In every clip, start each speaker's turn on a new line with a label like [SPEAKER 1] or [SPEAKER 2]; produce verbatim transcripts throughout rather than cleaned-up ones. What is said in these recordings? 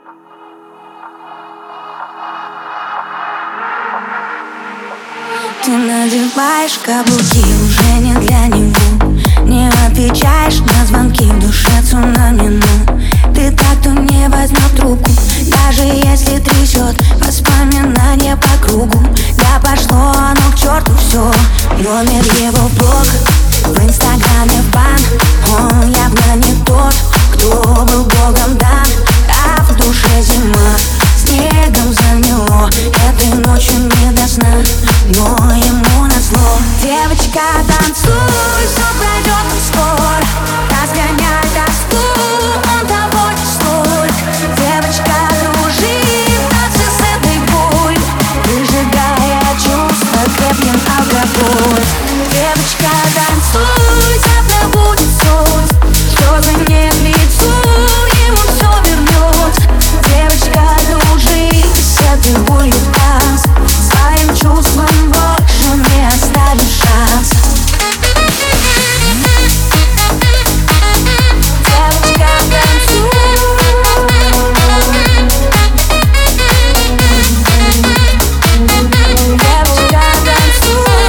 [SPEAKER 1] Ты надеваешь каблуки уже не для него, не отвечаешь на звонки, в душе цунами, ну ты так, кто не возьмет трубку, даже если трясет воспоминания по кругу. Да пошло оно к черту все, номер его блог, в инстаграме бан. Он явно не тот, кто был богом дан, а в душе зима, снегом замело, этой ночью не до сна, но ему назло. Девочка, танцуй, все пройдет скоро, разгоняй тоску, он того не стоит. Девочка, дружи, танцы с этой болью, выжигая чувства крепким алкоголь. Девочка, танцуй, завтра будет солнце, слезы не к лицу, ему все вернется. Девочка, дружи с этой болью, танц, своим чувством больше не оставишь шанс. Девочка, танцуй. Девочка, танцуй.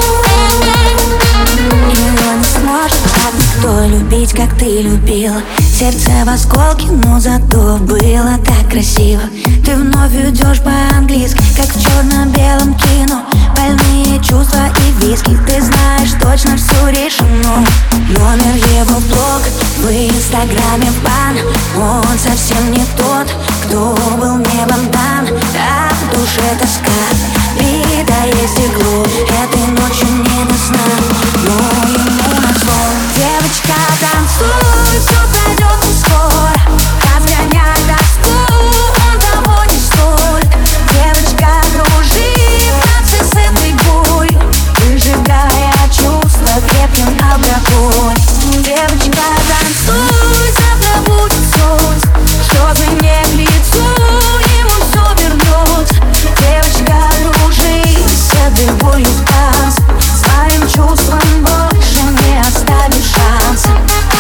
[SPEAKER 1] Его не сможет так никто любить, как ты любила. Сердце в осколке, но зато было так красиво. Ты вновь идешь по-английски, как в черно-белом кино. Больные чувства и виски, ты знаешь, точно все решено. Номер его блог, в инстаграме бан. Он совсем не тот, кто был небом дан, а в душе тоска, битое стекло, этой ночью не до сна, но ему назло. Девочка, танцуй, все пройдет скоро, разгоняй тоску, он того не стоит. Девочка, дружи, танцы с этой болью, выжигая чувства крепким алкоголь. Девочка, танцуй, завтра будет солнце, слезы не к лицу, ему все вернется. Девочка, дружи с этой болью, танц, своим чувством больше не оставишь шанса.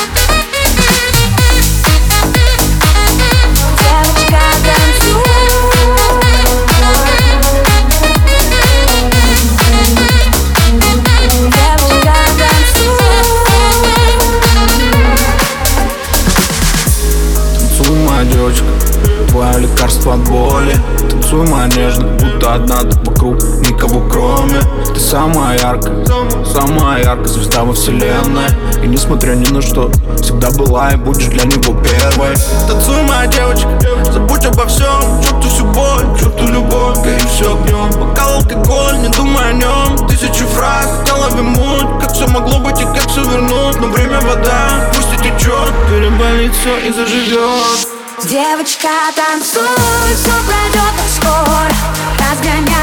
[SPEAKER 1] Девочка, танцуй. Девочка, танцуй.
[SPEAKER 2] Танцуй, моя девочка, твое лекарство от боли. Танцуй, моя нежная, будто одна тут вокруг, никого кроме. Ты самая яркая, самая яркая звезда во вселенной. И несмотря ни на что, всегда была и будешь для него первой. Танцуй, моя девочка, забудь обо всем, черту всю боль, черту любовь, гори все огнем. Бокал, алкоголь, не думай о нем. Тысячи фраз, в голове муть, как все могло быть и как все вернуть. Но время вода, пусть и течет, переболит все и заживет.
[SPEAKER 1] Девочка, танцуй, все пройдет скоро, разгоняй